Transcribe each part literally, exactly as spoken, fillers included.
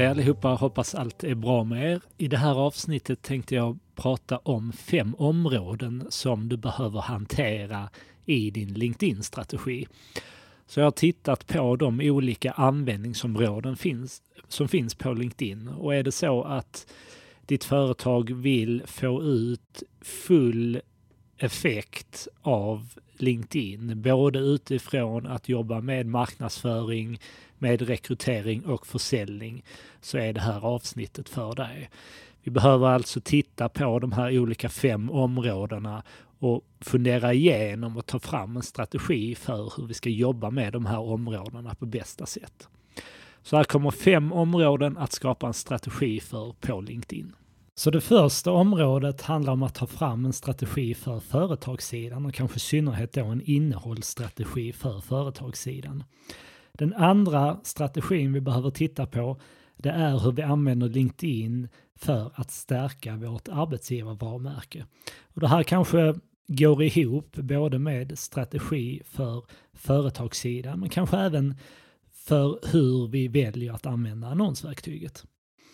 Hej allihopa, hoppas allt är bra med er. I det här avsnittet tänkte jag prata om fem områden som du behöver hantera i din LinkedIn-strategi. Så jag har tittat på de olika användningsområden finns, som finns på LinkedIn. Och är det så att ditt företag vill få ut full effekt av LinkedIn, både utifrån att jobba med marknadsföring, med rekrytering och försäljning, så är det här avsnittet för dig. Vi behöver alltså titta på de här olika fem områdena och fundera igenom och ta fram en strategi för hur vi ska jobba med de här områdena på bästa sätt. Så här kommer fem områden att skapa en strategi för på LinkedIn. Så det första området handlar om att ta fram en strategi för företagssidan och kanske i synnerhet då en innehållsstrategi för företagssidan. Den andra strategin vi behöver titta på, det är hur vi använder LinkedIn för att stärka vårt arbetsgivarvarumärke. Och det här kanske går ihop både med strategi för företagssidan men kanske även för hur vi väljer att använda annonsverktyget.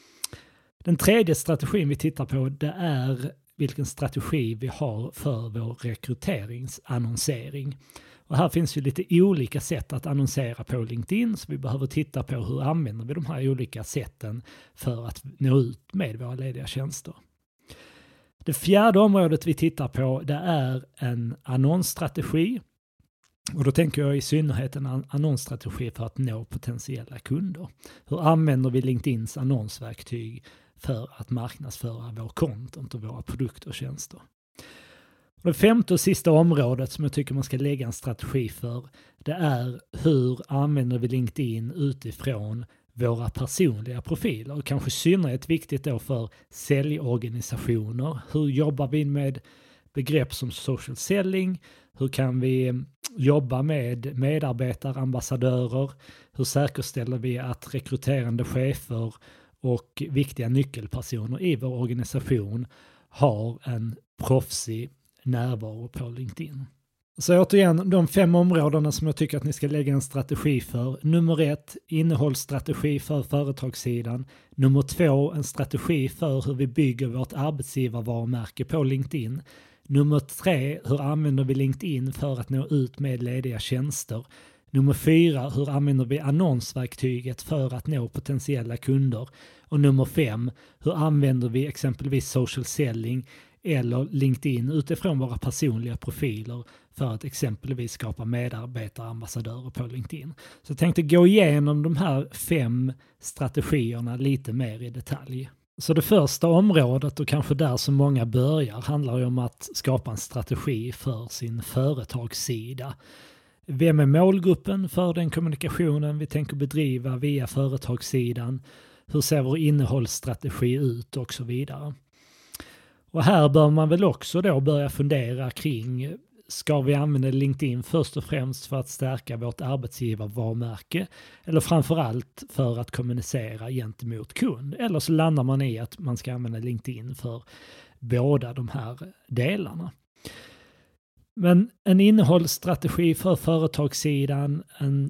Den tredje strategin vi tittar på, det är vilken strategi vi har för vår rekryteringsannonsering. Och här finns ju lite olika sätt att annonsera på LinkedIn, så vi behöver titta på hur använder vi de här olika sätten för att nå ut med våra lediga tjänster. Det fjärde området vi tittar på, det är en annonsstrategi. Och då tänker jag i synnerhet en annonsstrategi för att nå potentiella kunder. Hur använder vi LinkedIns annonsverktyg för att marknadsföra vår content och våra produkter och tjänster? Och det femte och sista området som jag tycker man ska lägga en strategi för, det är hur använder vi LinkedIn utifrån våra personliga profiler. Och kanske i synnerhet viktigt då för säljorganisationer. Hur jobbar vi med begrepp som social selling? Hur kan vi jobba med medarbetarambassadörer? Hur säkerställer vi att rekryterande chefer och viktiga nyckelpersoner i vår organisation har en proffsig närvaro på LinkedIn? Så återigen, de fem områdena som jag tycker att ni ska lägga en strategi för. Nummer ett, innehållsstrategi för företagssidan. Nummer två, en strategi för hur vi bygger vårt arbetsgivarvarumärke på LinkedIn. Nummer tre, hur använder vi LinkedIn för att nå ut med lediga tjänster? Nummer fyra, hur använder vi annonsverktyget för att nå potentiella kunder? Och nummer fem, hur använder vi exempelvis social selling eller LinkedIn utifrån våra personliga profiler för att exempelvis skapa medarbetarambassadörer på LinkedIn? Så jag tänkte gå igenom de här fem strategierna lite mer i detalj. Så det första området, och kanske där som många börjar, handlar ju om att skapa en strategi för sin företagssida. Vem är målgruppen för den kommunikationen vi tänker bedriva via företagssidan? Hur ser vår innehållsstrategi ut och så vidare? Och här bör man väl också då börja fundera kring, ska vi använda LinkedIn först och främst för att stärka vårt arbetsgivarvarumärke eller framförallt för att kommunicera gentemot kund? Eller så landar man i att man ska använda LinkedIn för båda de här delarna. Men en innehållsstrategi för företagssidan, en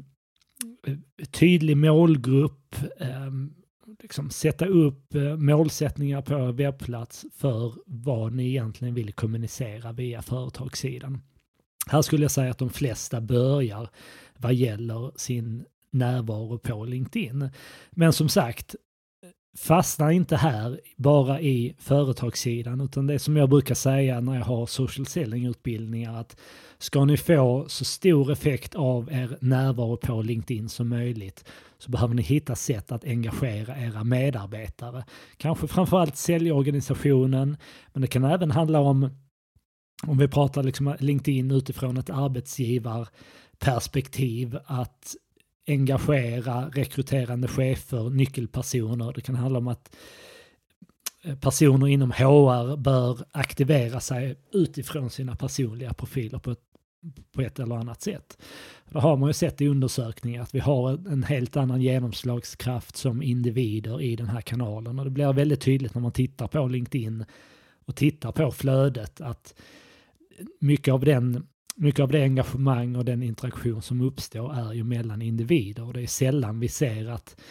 tydlig målgrupp, eh, liksom sätta upp målsättningar på webbplats för vad ni egentligen vill kommunicera via företagssidan. Här skulle jag säga att de flesta börjar vad gäller sin närvaro på LinkedIn. Men som sagt, fastna inte här bara i företagssidan, utan det som jag brukar säga när jag har social selling-utbildningar, att ska ni få så stor effekt av er närvaro på LinkedIn som möjligt så behöver ni hitta sätt att engagera era medarbetare. Kanske framförallt säljorganisationen, men det kan även handla om, om vi pratar liksom LinkedIn utifrån ett arbetsgivarperspektiv, att engagera rekryterande chefer, nyckelpersoner. Det kan handla om att personer inom H R bör aktivera sig utifrån sina personliga profiler på ett, på ett eller annat sätt. Då har man ju sett i undersökningar att vi har en helt annan genomslagskraft som individer i den här kanalen. Och det blir väldigt tydligt när man tittar på LinkedIn och tittar på flödet att mycket av den Mycket av det engagemang och den interaktion som uppstår är ju mellan individer, och det är sällan vi ser att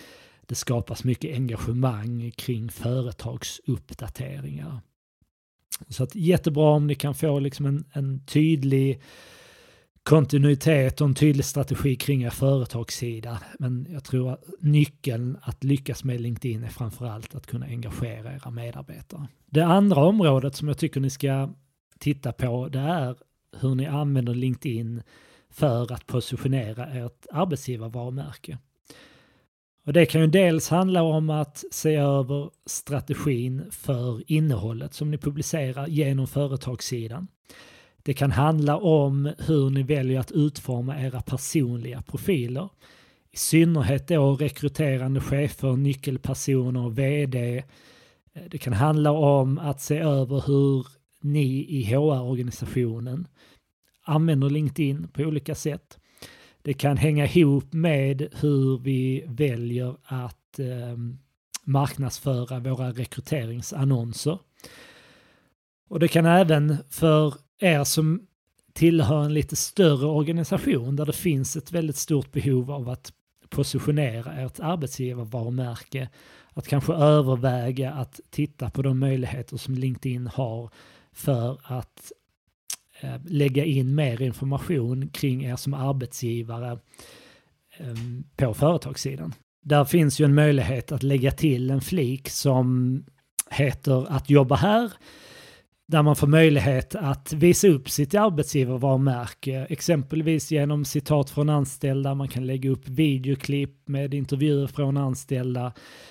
Det skapas mycket engagemang kring företagsuppdateringar. Så att jättebra om ni kan få liksom en, en tydlig kontinuitet och en tydlig strategi kring er företagssida. Men jag tror att nyckeln att lyckas med LinkedIn är framförallt att kunna engagera era medarbetare. Det andra området som jag tycker ni ska titta på, det är hur ni använder LinkedIn för att positionera ert arbetsgivarvarumärke. Och det kan ju dels handla om att se över strategin för innehållet som ni publicerar genom företagssidan. Det kan handla om hur ni väljer att utforma era personliga profiler. I synnerhet då rekryterande chefer, nyckelpersoner, vd. Det kan handla om att se över hur ni i H R-organisationen använder LinkedIn på olika sätt. Det kan hänga ihop med hur vi väljer att eh, marknadsföra våra rekryteringsannonser. Och det kan även för er som tillhör en lite större organisation där det finns ett väldigt stort behov av att positionera ert arbetsgivarvarumärke, att kanske överväga att titta på de möjligheter som LinkedIn har för att eh, lägga in mer information kring er som arbetsgivare eh, på företagssidan. Där finns ju en möjlighet att lägga till en flik som heter att jobba här, där man får möjlighet att visa upp sitt arbetsgivarvarumärke, exempelvis genom citat från anställda. Man kan lägga upp videoklipp med intervjuer från anställda.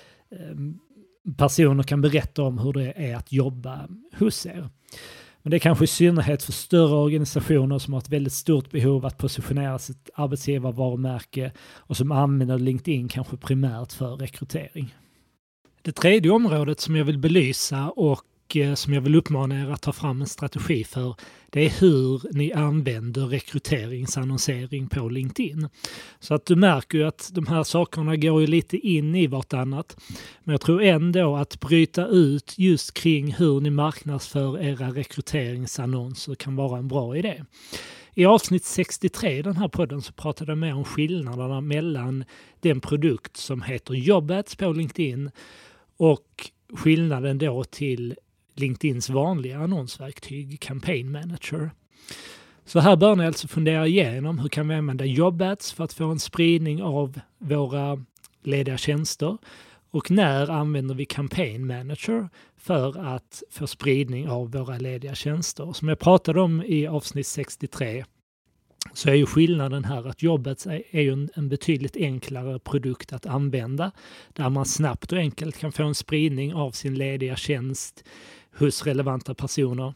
Personer kan berätta om hur det är att jobba hos er. Men det är kanske i synnerhet för större organisationer som har ett väldigt stort behov att positionera sitt arbetsgivarvarumärke och som använder LinkedIn kanske primärt för rekrytering. Det tredje området som jag vill belysa och som jag vill uppmana er att ta fram en strategi för, det är hur ni använder rekryteringsannonsering på LinkedIn. Så att du märker ju att de här sakerna går ju lite in i vartannat. Men jag tror ändå att bryta ut just kring hur ni marknadsför era rekryteringsannonser kan vara en bra idé. I avsnitt sextiotre i den här podden så pratade jag mer om skillnaderna mellan den produkt som heter Jobads på LinkedIn och skillnaden då till LinkedIns vanliga annonsverktyg, Campaign Manager. Så här bör ni alltså fundera igenom hur kan vi använda Jobads för att få en spridning av våra lediga tjänster och när använder vi Campaign Manager för att få spridning av våra lediga tjänster. Som jag pratade om i avsnitt sextiotre så är ju skillnaden här att Jobads är ju en, en betydligt enklare produkt att använda där man snabbt och enkelt kan få en spridning av sin lediga tjänst hos relevanta personer.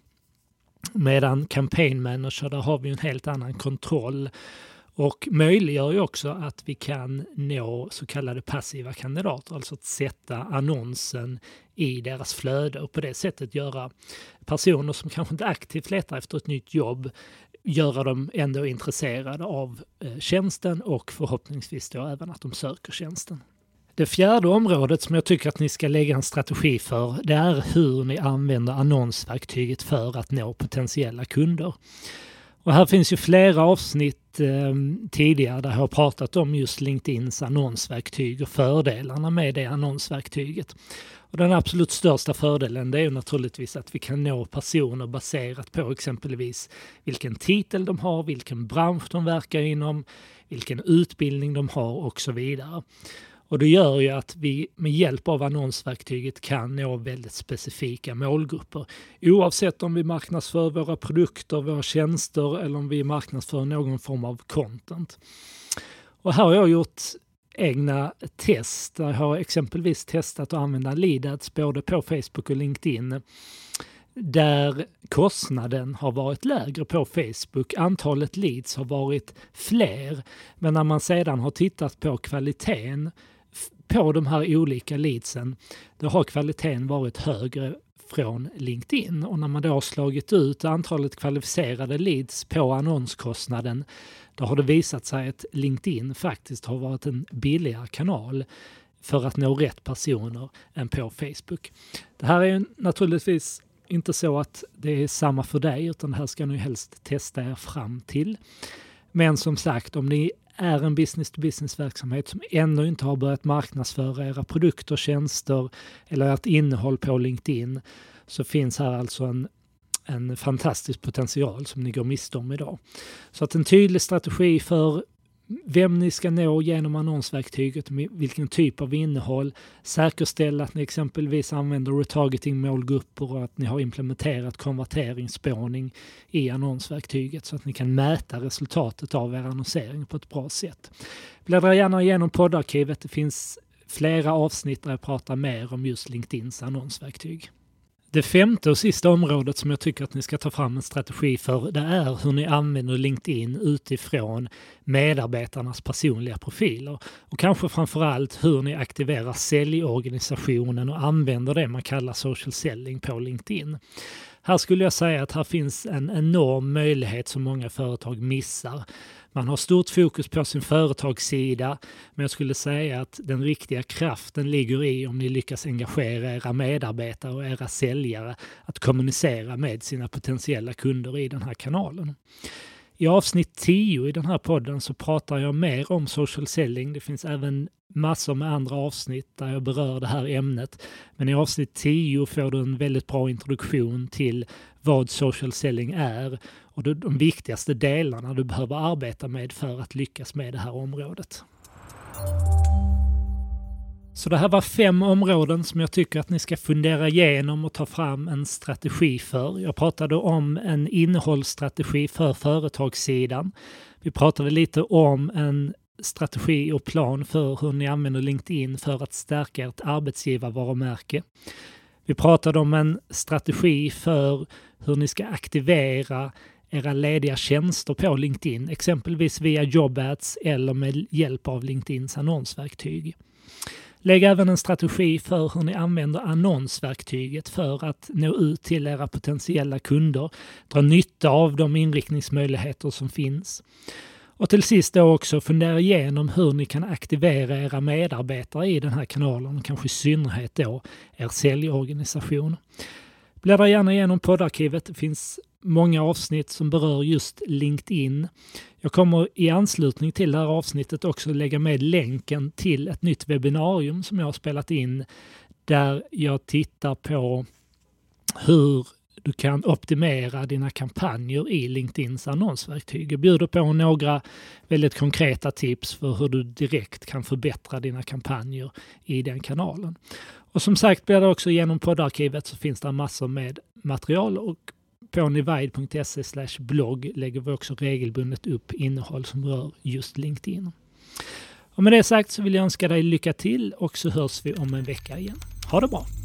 Medan Campaign Manager, där har vi en helt annan kontroll och möjliggör ju också att vi kan nå så kallade passiva kandidater, alltså att sätta annonsen i deras flöde och på det sättet göra personer som kanske inte aktivt letar efter ett nytt jobb, göra dem ändå intresserade av eh, tjänsten och förhoppningsvis då även att de söker tjänsten. Det fjärde området som jag tycker att ni ska lägga en strategi för, det är hur ni använder annonsverktyget för att nå potentiella kunder. Och här finns ju flera avsnitt eh, tidigare där jag har pratat om just LinkedIns annonsverktyg och fördelarna med det annonsverktyget. Och den absolut största fördelen det är ju naturligtvis att vi kan nå personer baserat på exempelvis vilken titel de har, vilken bransch de verkar inom, vilken utbildning de har och så vidare. Och det gör ju att vi med hjälp av annonsverktyget kan nå väldigt specifika målgrupper. Oavsett om vi marknadsför våra produkter, våra tjänster eller om vi marknadsför någon form av content. Och här har jag gjort egna test. Jag har exempelvis testat att använda lead ads både på Facebook och LinkedIn. Där kostnaden har varit lägre på Facebook, antalet leads har varit fler. Men när man sedan har tittat på kvaliteten på de här olika leadsen, då har kvaliteten varit högre från LinkedIn. Och när man då har slagit ut antalet kvalificerade leads på annonskostnaden, då har det visat sig att LinkedIn faktiskt har varit en billigare kanal för att nå rätt personer än på Facebook. Det här är naturligtvis inte så att det är samma för dig, utan det här ska ni helst testa er fram till. Men som sagt, om ni är en business-to-business-verksamhet som ännu inte har börjat marknadsföra era produkter, tjänster eller ert innehåll på LinkedIn, så finns här alltså en, en fantastisk potential som ni går miste om idag. Så att en tydlig strategi för vem ni ska nå genom annonsverktyget, vilken typ av innehåll, säkerställa att ni exempelvis använder retargeting-målgrupper och att ni har implementerat konverteringsspårning i annonsverktyget så att ni kan mäta resultatet av er annonsering på ett bra sätt. Bläddra gärna igenom poddarkivet, det finns flera avsnitt där jag pratar mer om just LinkedIns annonsverktyg. Det femte och sista området som jag tycker att ni ska ta fram en strategi för, det är hur ni använder LinkedIn utifrån medarbetarnas personliga profiler. Och kanske framförallt hur ni aktiverar säljorganisationen och använder det man kallar social selling på LinkedIn. Här skulle jag säga att här finns en enorm möjlighet som många företag missar. Man har stort fokus på sin företagssida, men jag skulle säga att den riktiga kraften ligger i om ni lyckas engagera era medarbetare och era säljare att kommunicera med sina potentiella kunder i den här kanalen. I avsnitt tio i den här podden så pratar jag mer om social selling. Det finns även massor med andra avsnitt där jag berör det här ämnet. Men i avsnitt tio får du en väldigt bra introduktion till vad social selling är och de viktigaste delarna du behöver arbeta med för att lyckas med det här området. Så det här var fem områden som jag tycker att ni ska fundera igenom och ta fram en strategi för. Jag pratade om en innehållsstrategi för företagssidan. Vi pratade lite om en strategi och plan för hur ni använder LinkedIn för att stärka ert arbetsgivarvarumärke. Vi pratade om en strategi för hur ni ska aktivera era lediga tjänster på LinkedIn, exempelvis via job ads eller med hjälp av LinkedIns annonsverktyg. Lägg även en strategi för hur ni använder annonsverktyget för att nå ut till era potentiella kunder, dra nytta av de inriktningsmöjligheter som finns. Och till sist då också fundera igenom hur ni kan aktivera era medarbetare i den här kanalen och kanske i synnerhet då er säljorganisation. Bläddra gärna igenom poddarkivet. Det finns många avsnitt som berör just LinkedIn. Jag kommer i anslutning till det här avsnittet också lägga med länken till ett nytt webbinarium som jag har spelat in där jag tittar på hur du kan optimera dina kampanjer i LinkedIns annonsverktyg. Jag bjuder på några väldigt konkreta tips för hur du direkt kan förbättra dina kampanjer i den kanalen. Och som sagt, blir det också genom poddarkivet så finns det massor med material och på nivide punkt se slash blogg lägger vi också regelbundet upp innehåll som rör just LinkedIn. Och med det sagt så vill jag önska dig lycka till och så hörs vi om en vecka igen. Ha det bra!